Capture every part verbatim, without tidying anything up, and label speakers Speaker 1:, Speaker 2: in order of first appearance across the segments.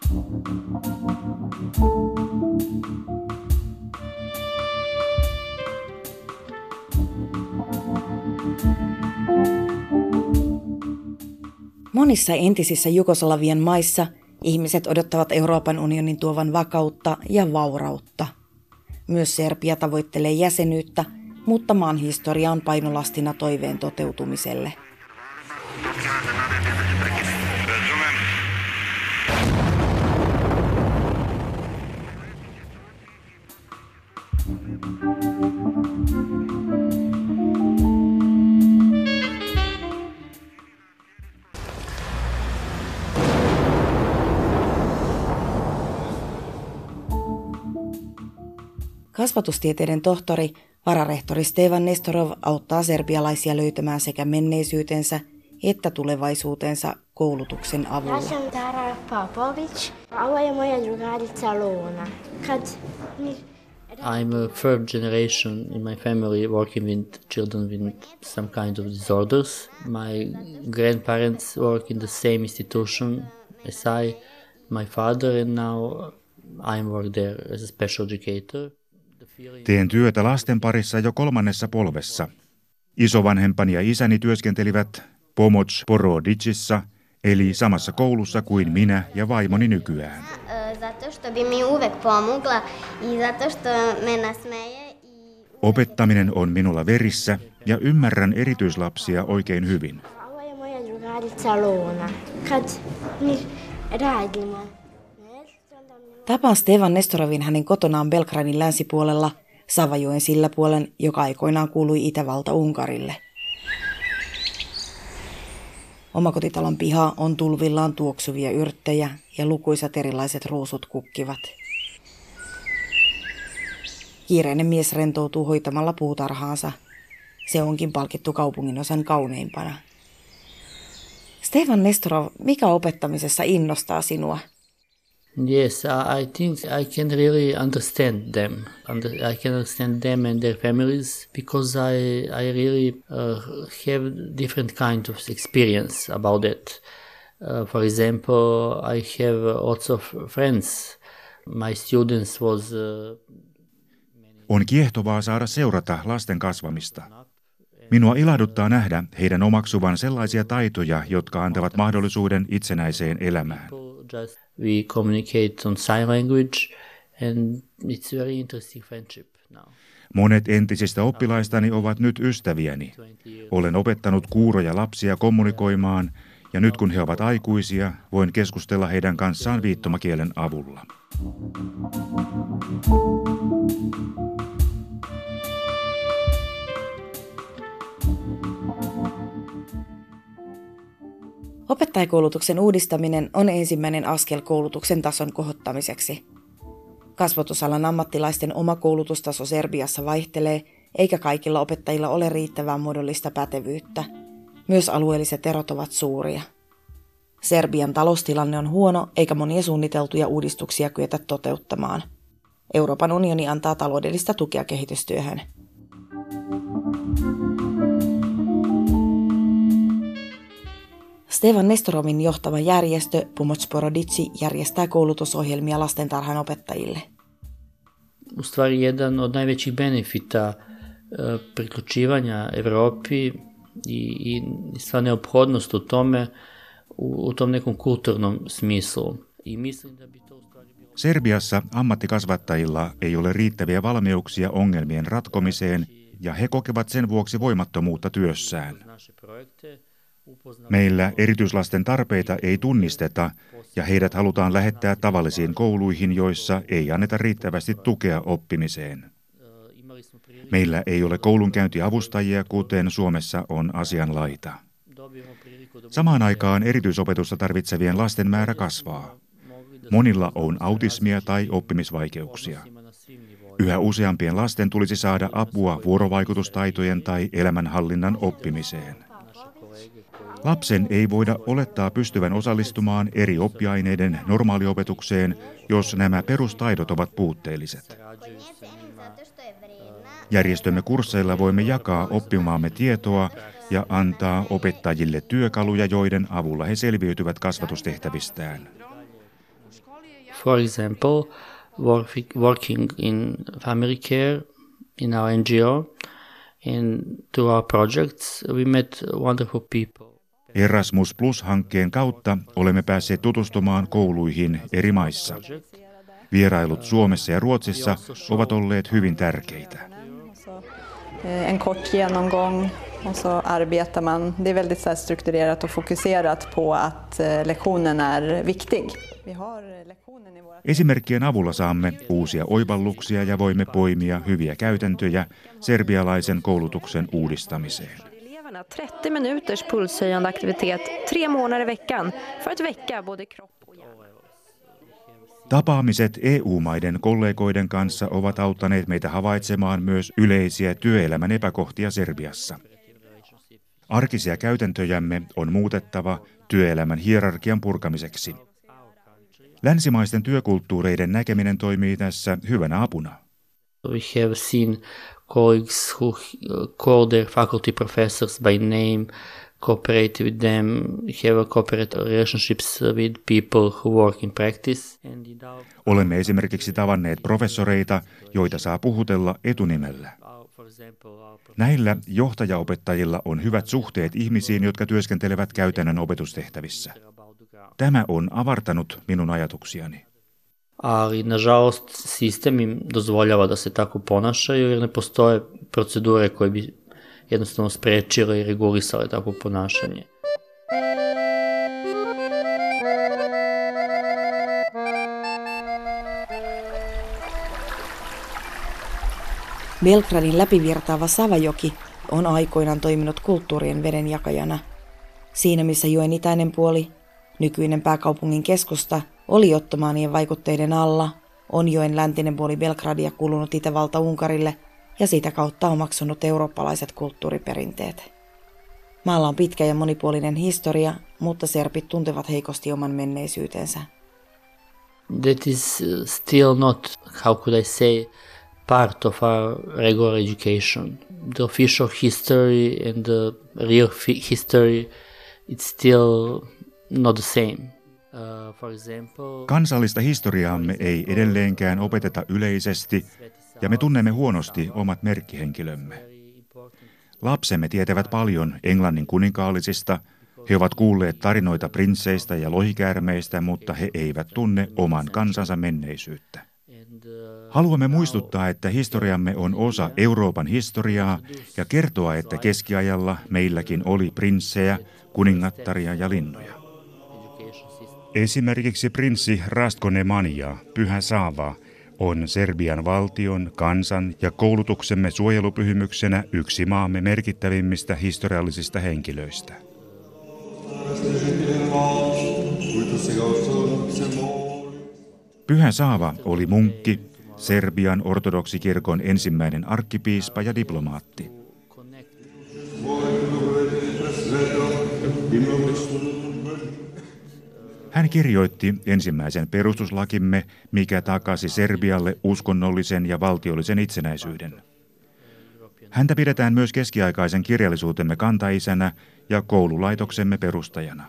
Speaker 1: Monissa entisissä Jugoslavian maissa ihmiset odottavat Euroopan unionin tuovan vakautta ja vaurautta. Myös Serbia tavoittelee jäsenyyttä, mutta maan historia on painolastina toiveen toteutumiselle. Kasvatustieteiden tohtori, vararehtori Stevan Nestorov auttaa serbialaisia löytämään sekä menneisyytensä että tulevaisuutensa koulutuksen avulla.
Speaker 2: Ja sam Tara Popović, a ovo je moja drugarica Luna. Kad mi...
Speaker 3: I'm a third generation in my family working with children with some kind of disorders. My grandparents work in the same institution as I, my father, and now I work there as a special educator.
Speaker 4: Teen työtä lasten parissa jo kolmannessa polvessa. Isovanhempani ja isäni työskentelivät Pomoc Porodicissa, eli samassa koulussa kuin minä ja vaimoni nykyään. Opettaminen on minulla verissä ja ymmärrän erityislapsia oikein hyvin.
Speaker 1: Tapaan Stevan Nestorovin hänen kotonaan Belgradin länsipuolella, Savajoen sillä puolen, joka aikoinaan kuului Itävalta Unkarille. Omakotitalon piha on tulvillaan tuoksuvia yrttejä ja lukuisat erilaiset ruusut kukkivat. Kiireinen mies rentoutuu hoitamalla puutarhaansa. Se onkin palkittu kaupunginosan kauneimpana. Stevan Nestorov, mikä opettamisessa innostaa sinua?
Speaker 3: Yes, I think I can really understand them. I can understand them and their families because I I really uh, have different kind of experience about it. Uh, for example, I have lots of friends. My students was. Uh,
Speaker 4: On kiehtovaa saada seurata lasten kasvamista. Minua ilahduttaa nähdä heidän omaksuvan sellaisia taitoja, jotka antavat mahdollisuuden itsenäiseen elämään.
Speaker 3: We communicate on sign language and it's very interesting friendship now.
Speaker 4: Monet entisistä oppilaistani ovat nyt ystäviäni. Olen opettanut kuuroja lapsia kommunikoimaan ja nyt kun he ovat aikuisia, voin keskustella heidän kanssaan viittomakielen avulla.
Speaker 1: Opettajakoulutuksen uudistaminen on ensimmäinen askel koulutuksen tason kohottamiseksi. Kasvatusalan ammattilaisten oma koulutustaso Serbiassa vaihtelee, eikä kaikilla opettajilla ole riittävää muodollista pätevyyttä. Myös alueelliset erot ovat suuria. Serbian taloustilanne on huono, eikä monia suunniteltuja uudistuksia kyetä toteuttamaan. Euroopan unioni antaa taloudellista tukea kehitystyöhön. Stevan Nestorovin johtava järjestö Pomoc Porodici järjestää koulutusohjelmia lastentarhan opettajille.
Speaker 3: U stvari jedan od najvećih benefita priključivanja Evropi i, i sva neophodnost u tome u, u tom nekom kulturnom smislu. I mislim da bi to u stvari bilo...
Speaker 4: Serbiassa ammattikasvattajilla ei ole riittäviä valmiuksia ongelmien ratkomiseen ja he kokevat sen vuoksi voimattomuutta työssään. Meillä erityislasten tarpeita ei tunnisteta ja heidät halutaan lähettää tavallisiin kouluihin, joissa ei anneta riittävästi tukea oppimiseen. Meillä ei ole koulunkäyntiavustajia, kuten Suomessa on asianlaita. Samaan aikaan erityisopetusta tarvitsevien lasten määrä kasvaa. Monilla on autismia tai oppimisvaikeuksia. Yhä useampien lasten tulisi saada apua vuorovaikutustaitojen tai elämänhallinnan oppimiseen. Lapsen ei voida olettaa pystyvän osallistumaan eri oppiaineiden normaaliopetukseen, jos nämä perustaidot ovat puutteelliset. Järjestömme kursseilla voimme jakaa oppimaamme tietoa ja antaa opettajille työkaluja, joiden avulla he selviytyvät kasvatustehtävistään.
Speaker 3: For example, working in family care in our N G O and through our projects we met wonderful people.
Speaker 4: Erasmus Plus-hankkeen kautta olemme päässeet tutustumaan kouluihin eri maissa. Vierailut Suomessa ja Ruotsissa ovat olleet hyvin tärkeitä.
Speaker 5: En kort genomgång och så arbetar man. Det är väldigt så här strukturerat och fokuserat på att lektionen är viktig. Vi har lektionen i våra...
Speaker 4: Esimerkkien avulla saamme uusia oivalluksia ja voimme poimia hyviä käytäntöjä serbialaisen koulutuksen uudistamiseen.
Speaker 6: trettio minuters pulshöjande aktivitet tre månader i veckan för att väcka både kropp och hjärna.
Speaker 4: Tapaamiset E U-maiden kollegoiden kanssa ovat auttaneet meitä havaitsemaan myös yleisiä työelämän epäkohtia Serbiassa. Arkisia käytäntöjämme on muutettava työelämän hierarkian purkamiseksi. Länsimaisten työkulttuureiden näkeminen toimii tässä hyvänä apuna.
Speaker 3: We have seen colleagues who call their faculty professors by name, cooperate with them, have cooperate relationships with people who work in practice.
Speaker 4: Olemme esimerkiksi tavanneet professoreita, joita saa puhutella etunimellä. Näillä johtajaopettajilla on hyvät suhteet ihmisiin, jotka työskentelevät käytännön opetustehtävissä. Tämä on avartanut minun ajatuksiani.
Speaker 3: Ali nažalost sistem im dozvoljava da se tako ponašaju jer ne postoje procedure koje bi jednostavno sprečile i regulisale takvo ponašanje.
Speaker 1: Belgradin läpivirtaava Savajoki on aikoinaan toiminut kulttuurien vedenjakajana. Siinä missä joen itäinen puoli, nykyinen pääkaupungin keskusta, oli ottomaanien vaikutteiden alla, on joen läntinen puoli Belgradia kulunut Itävalta Unkarille ja sitä kautta omaksunut eurooppalaiset kulttuuriperinteet. Maalla on pitkä ja monipuolinen historia, mutta serbit tuntevat heikosti oman menneisyytensä.
Speaker 3: That is still not, how could I say, part of our regular education. The official history and the real history, it's still not the same. Uh, for example,
Speaker 4: Kansallista historiaamme ei edelleenkään opeteta yleisesti ja me tunnemme huonosti omat merkkihenkilömme. Lapsemme tietävät paljon Englannin kuninkaallisista, he ovat kuulleet tarinoita prinsseistä ja lohikäärmeistä, mutta he eivät tunne oman kansansa menneisyyttä. Haluamme muistuttaa, että historiamme on osa Euroopan historiaa ja kertoa, että keskiajalla meilläkin oli prinssejä, kuningattaria ja linnuja. Esimerkiksi prinssi Rastko Nemanja, Pyhä Saava, on Serbian valtion, kansan ja koulutuksemme suojelupyhimyksenä yksi maamme merkittävimmistä historiallisista henkilöistä. Pyhä Saava oli munkki, Serbian ortodoksikirkon ensimmäinen arkkipiispa ja diplomaatti. Hän kirjoitti ensimmäisen perustuslakimme, mikä takasi Serbialle uskonnollisen ja valtiollisen itsenäisyyden. Häntä pidetään myös keskiaikaisen kirjallisuutemme kantaisänä ja koululaitoksemme perustajana.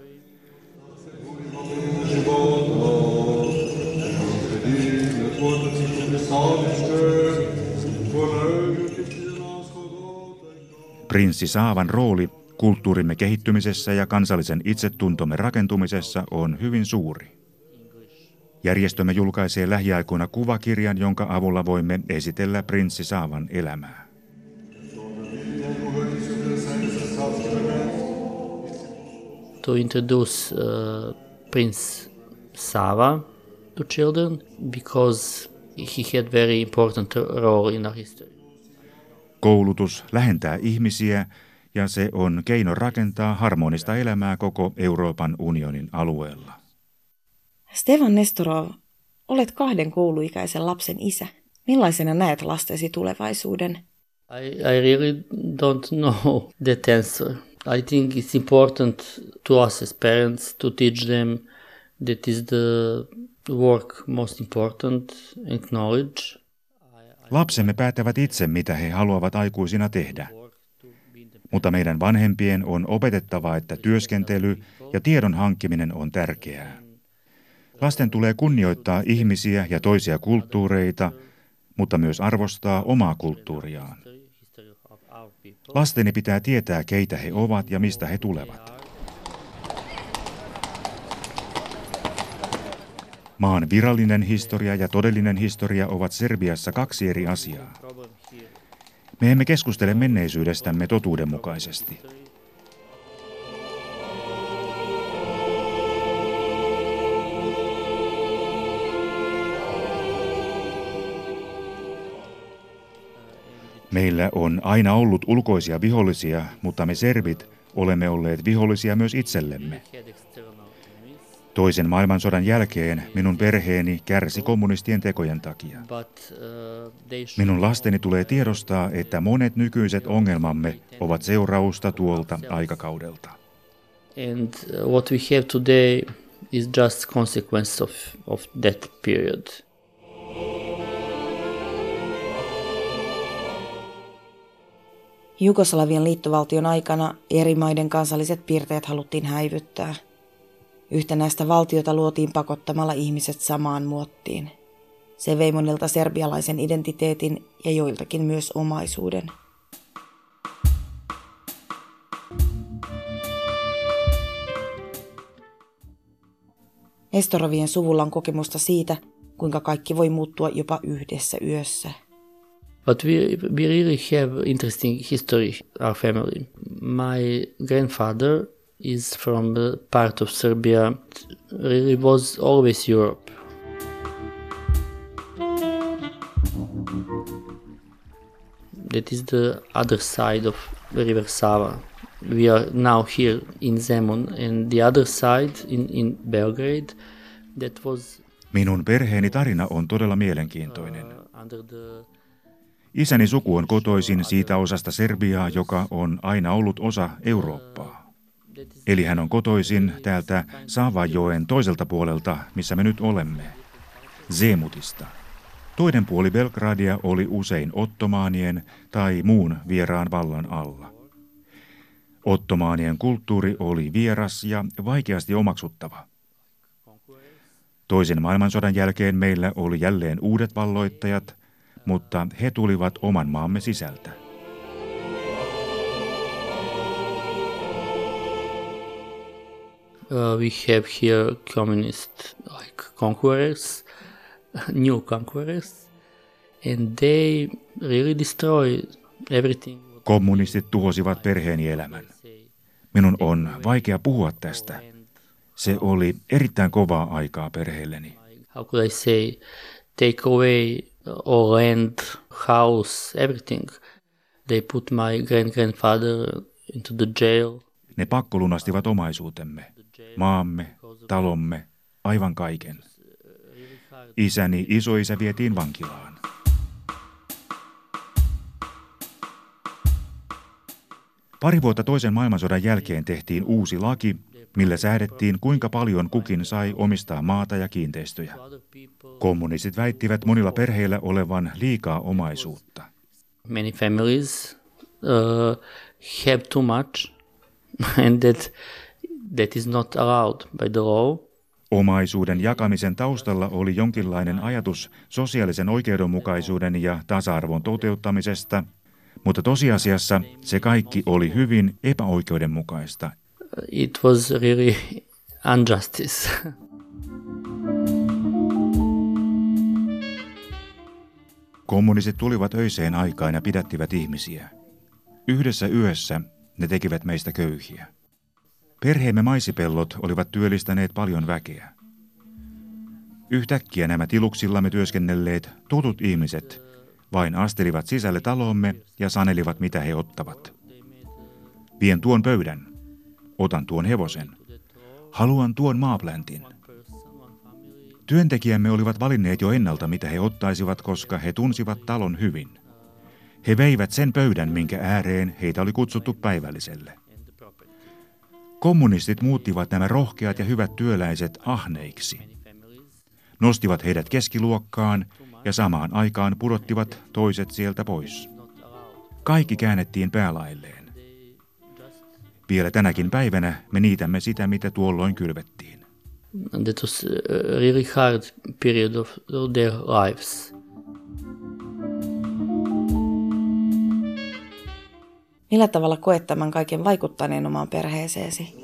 Speaker 4: Prinssi Saavan rooli kulttuurimme kehittymisessä ja kansallisen itsetuntomme rakentumisessa on hyvin suuri. Järjestömme julkaisee lähiaikoina kuvakirjan, jonka avulla voimme esitellä prinssi Saavan elämää.
Speaker 3: To introduce uh, Prince Sava to children because he had very important role in our history.
Speaker 4: Koulutus lähentää ihmisiä ja se on keino rakentaa harmonista elämää koko Euroopan unionin alueella.
Speaker 1: Stefan Nestorov, olet kahden kouluikäisen lapsen isä. Millaisena näet lastesi tulevaisuuden?
Speaker 3: I, I really don't know that answer. I think it's important to us as parents to teach them that is the work most important and knowledge.
Speaker 4: Lapsemme päättävät itse, mitä he haluavat aikuisina tehdä. Mutta meidän vanhempien on opetettava, että työskentely ja tiedon hankkiminen on tärkeää. Lasten tulee kunnioittaa ihmisiä ja toisia kulttuureita, mutta myös arvostaa omaa kulttuuriaan. Lasteni pitää tietää, keitä he ovat ja mistä he tulevat. Maan virallinen historia ja todellinen historia ovat Serbiassa kaksi eri asiaa. Me emme keskustele menneisyydestämme totuudenmukaisesti. Meillä on aina ollut ulkoisia vihollisia, mutta me serbit olemme olleet vihollisia myös itsellemme. Toisen maailmansodan jälkeen minun perheeni kärsi kommunistien tekojen takia. Minun lasteni tulee tiedostaa, että monet nykyiset ongelmamme ovat seurausta tuolta aikakaudelta.
Speaker 3: And what we have today is just consequence of, of that period.
Speaker 1: Jugoslavian liittovaltion aikana eri maiden kansalliset piirteet haluttiin häivyttää. Yhtenäistä valtiota luotiin pakottamalla ihmiset samaan muottiin. Se vei monilta serbialaisen identiteetin ja joiltakin myös omaisuuden. Nestorovien suvulla on kokemusta siitä, kuinka kaikki voi muuttua jopa yhdessä yössä.
Speaker 3: But we, we really have interesting history, our family. My grandfather is from the part of Serbia, really was always Europe. That is the other side of the River Sava. We are now here in Zemun, and the other side in, in Belgrade, that was...
Speaker 4: Minun perheeni tarina on todella mielenkiintoinen.
Speaker 3: Uh, under the
Speaker 4: Isäni suku on kotoisin siitä osasta Serbiaa, joka on aina ollut osa Eurooppaa. Eli hän on kotoisin täältä Savajoen toiselta puolelta, missä me nyt olemme, Zemutista. Toinen puoli Belgradia oli usein ottomaanien tai muun vieraan vallan alla. Ottomaanien kulttuuri oli vieras ja vaikeasti omaksuttava. Toisen maailmansodan jälkeen meillä oli jälleen uudet valloittajat, mutta he tulivat oman maamme sisältä.
Speaker 3: Uh, we have here communist like conquerors, new conquerors, and they really destroy everything.
Speaker 4: Kommunistit tuhosivat perheeni elämän. Minun on vaikea puhua tästä. Se oli erittäin kovaa aikaa perheelleni.
Speaker 3: How could I say, take away all land, house, everything. They put my grand-grandfather into the jail.
Speaker 4: Ne pakkolunastivat omaisuutemme, maamme, talomme, aivan kaiken. Isäni isoisä vietiin vankilaan. Pari vuotta toisen maailmansodan jälkeen tehtiin uusi laki, millä säädettiin, kuinka paljon kukin sai omistaa maata ja kiinteistöjä. Kommunistit väittivät monilla perheillä olevan liikaa omaisuutta.
Speaker 3: Many families uh, have too much and that, that is not allowed by the law.
Speaker 4: Omaisuuden jakamisen taustalla oli jonkinlainen ajatus sosiaalisen oikeudenmukaisuuden ja tasa-arvon toteuttamisesta, mutta tosiasiassa se kaikki oli hyvin epäoikeudenmukaista.
Speaker 3: It was really injustice.
Speaker 4: Kommunistit tulivat öiseen aikaan ja pidättivät ihmisiä. Yhdessä yössä ne tekivät meistä köyhiä. Perheemme maisipellot olivat työllistäneet paljon väkeä. Yhtäkkiä nämä tiluksillamme työskennelleet tutut ihmiset vain astelivat sisälle taloomme ja sanelivat, mitä he ottavat. Vien tuon pöydän. Otan tuon hevosen. Haluan tuon maapläntin. Työntekijämme olivat valinneet jo ennalta, mitä he ottaisivat, koska he tunsivat talon hyvin. He veivät sen pöydän, minkä ääreen heitä oli kutsuttu päivälliselle. Kommunistit muuttivat nämä rohkeat ja hyvät työläiset ahneiksi. Nostivat heidät keskiluokkaan ja samaan aikaan pudottivat toiset sieltä pois. Kaikki käännettiin päälailleen. Vielä tänäkin päivänä me niitämme sitä, mitä tuolloin kylvettiin.
Speaker 3: That was a really hard period of their lives.
Speaker 1: Millä tavalla koet tämän kaiken vaikuttaneen omaan perheeseesi?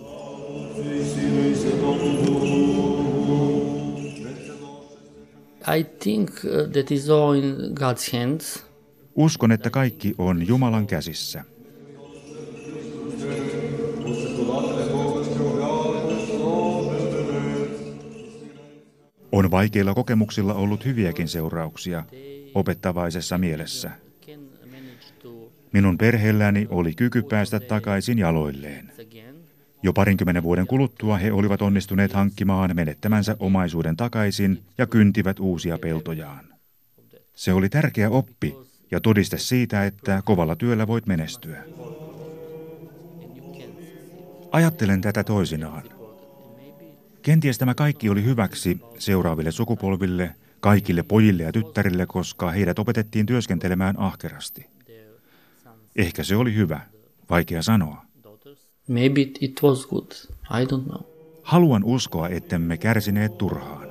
Speaker 3: I think that is all in God's hands.
Speaker 4: Uskon, että kaikki on Jumalan käsissä. On vaikeilla kokemuksilla ollut hyviäkin seurauksia opettavaisessa mielessä. Minun perheelläni oli kyky päästä takaisin jaloilleen. Jo parinkymmenen vuoden kuluttua he olivat onnistuneet hankkimaan menettämänsä omaisuuden takaisin ja kyntivät uusia peltojaan. Se oli tärkeä oppi ja todiste siitä, että kovalla työllä voit menestyä. Ajattelen tätä toisinaan. Kenties tämä kaikki oli hyväksi seuraaville sukupolville, kaikille pojille ja tyttärille, koska heidät opetettiin työskentelemään ahkerasti. Ehkä se oli hyvä, vaikea sanoa.
Speaker 3: Maybe it was good. I don't know.
Speaker 4: Haluan uskoa, ettemme kärsineet turhaan.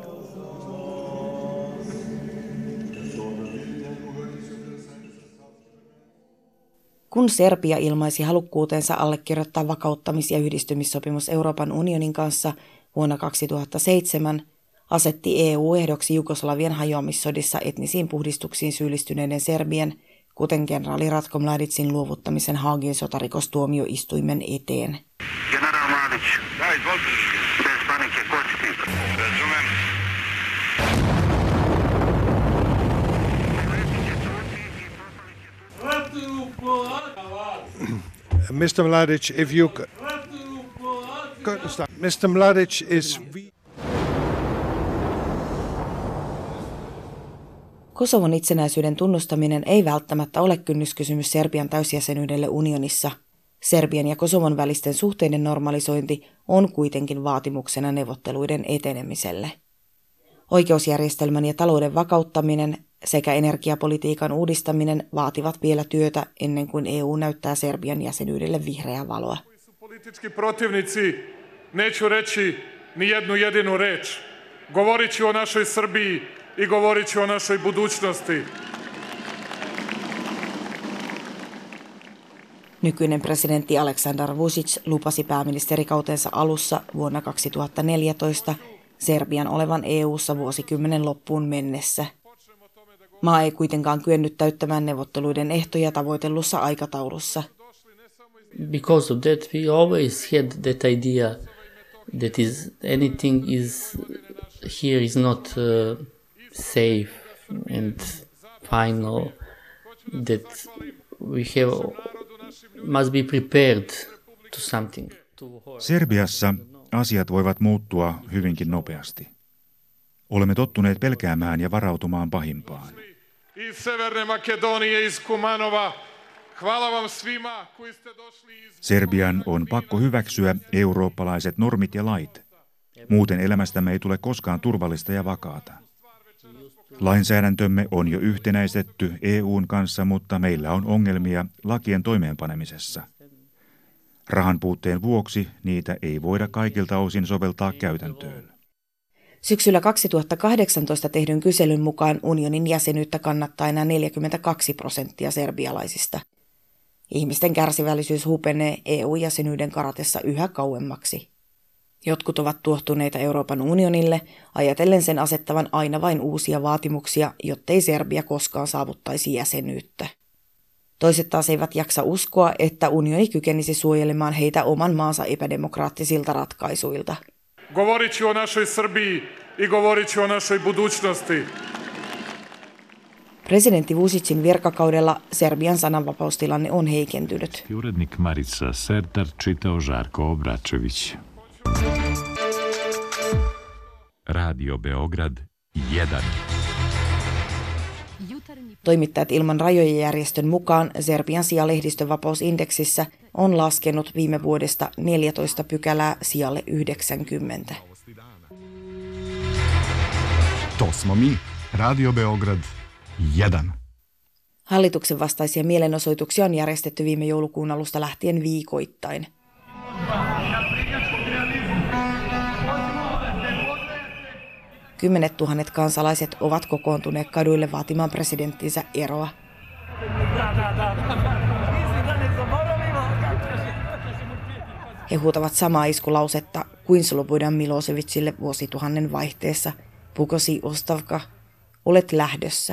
Speaker 1: Kun Serbia ilmaisi halukkuutensa allekirjoittaa vakauttamis- ja yhdistymissopimus Euroopan unionin kanssa vuonna kaksituhattaseitsemän, asetti E U ehdoksi Jugoslavian hajoamissodissa etnisiin puhdistuksiin syyllistyneiden serbien, kuten kenraali Ratko Mladicin luovuttamisen Haagin sotarikostuomioistuimen eteen.
Speaker 7: General Mladić, bez panike, ko si ti? Razumem.
Speaker 8: mister Mladić, if you... mister Mladić is...
Speaker 1: Kosovon itsenäisyyden tunnustaminen ei välttämättä ole kynnyskysymys Serbian täysjäsenyydelle unionissa. Serbian ja Kosovon välisten suhteiden normalisointi on kuitenkin vaatimuksena neuvotteluiden etenemiselle. Oikeusjärjestelmän ja talouden vakauttaminen sekä energiapolitiikan uudistaminen vaativat vielä työtä ennen kuin E U näyttää Serbian jäsenyydelle vihreää valoa.
Speaker 9: Politički protivnici neću reći ni jednu jedinu reč. Govorit ću o našoj Srbiji i govorit ću o našoj budućnosti.
Speaker 1: Nykyinen presidentti Aleksandar Vučić lupasi pääministerikautensa alussa vuonna kaksituhattaneljätoista Serbian olevan E U:ssa vuosikymmenen loppuun mennessä. Maa ei kuitenkaan kyennyt täyttämään neuvotteluiden ehtoja tavoitellussa aikataulussa.
Speaker 3: Because of that, we always had that idea that is anything is here is not uh, safe and final. That we have must be prepared to something.
Speaker 4: Serbiassa asiat voivat muuttua hyvinkin nopeasti. Olemme tottuneet pelkäämään ja varautumaan pahimpaan. Serbian on pakko hyväksyä eurooppalaiset normit ja lait. Muuten elämästämme ei tule koskaan turvallista ja vakaata. Lainsäädäntömme on jo yhtenäistetty E U:n kanssa, mutta meillä on ongelmia lakien toimeenpanemisessa. Rahan puutteen vuoksi niitä ei voida kaikilta osin soveltaa käytäntöön.
Speaker 1: Syksyllä kaksituhattakahdeksantoista tehdyn kyselyn mukaan unionin jäsenyyttä kannattaa enää neljäkymmentäkaksi prosenttia serbialaisista. Ihmisten kärsivällisyys hupenee E U-jäsenyyden karatessa yhä kauemmaksi. Jotkut ovat tuohtuneita Euroopan unionille, ajatellen sen asettavan aina vain uusia vaatimuksia, jottei Serbia koskaan saavuttaisi jäsenyyttä. Toiset taas eivät jaksa uskoa, että unioni kykenisi suojelemaan heitä oman maansa epädemokraattisilta ratkaisuilta.
Speaker 9: Govorit ću o našoj Srbiji i govorit ću o našoj budućnosti.
Speaker 1: Presidentti Vučićin virkakaudella Serbian sananvapaustilanne on heikentynyt.
Speaker 10: Urednik Marica Sertar, čitao Žarko Obračević. Radio Beograd jedan.
Speaker 1: Toimittajat ilman rajojen järjestön mukaan Serbian sija lehdistönvapausindeksissä on laskenut viime vuodesta neljätoista pykälää sijalle yhdeksänkymmentä.
Speaker 11: To smo mi, Radio Beograd jedan.
Speaker 1: Hallituksen vastaisia mielenosoituksia on järjestetty viime joulukuun alusta lähtien viikoittain. Kymmenet tuhannet kansalaiset ovat kokoontuneet kaduille vaatimaan presidenttinsä eroa. He huutavat samaa iskulausetta kuin Slobodan Milosevicille vuosituhannen vaihteessa. Pukosi ostavka, olet lähdössä.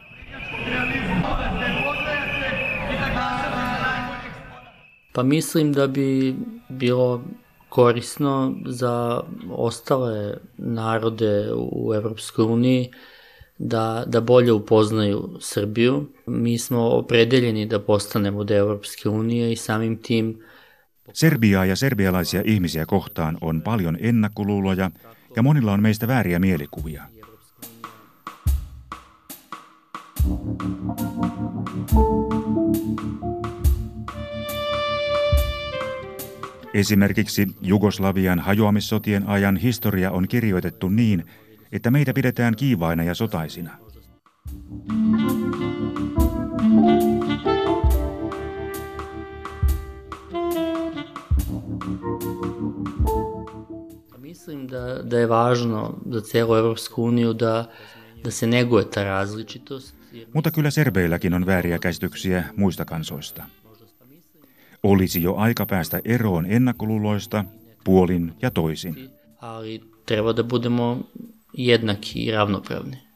Speaker 3: Pa mislim da bi bilo korisno za ostale narode u Evropskoj uniji da, da bolje upoznaju Srbiju. Mi smo opredeljeni da postanemo deo Evropske unije i samim tim...
Speaker 4: Serbiaa ja serbialaisia ihmisiä kohtaan on paljon ennakkoluuloja ja monilla on meistä vääriä mielikuvia. Esimerkiksi Jugoslavian hajoamissotien ajan historia on kirjoitettu niin, että meitä pidetään kiivaina ja sotaisina.
Speaker 3: Mislim da, da je važno za cijelu Evropsku uniju da, da se neguje ta različitost.
Speaker 4: Mutta kyllä serbeilläkin on vääriä käsityksiä muista kansoista. Olisi jo aika päästä eroon ennakkoluuloista puolin ja toisin.
Speaker 3: Ali treba da budemo jednaki i ravnopravni.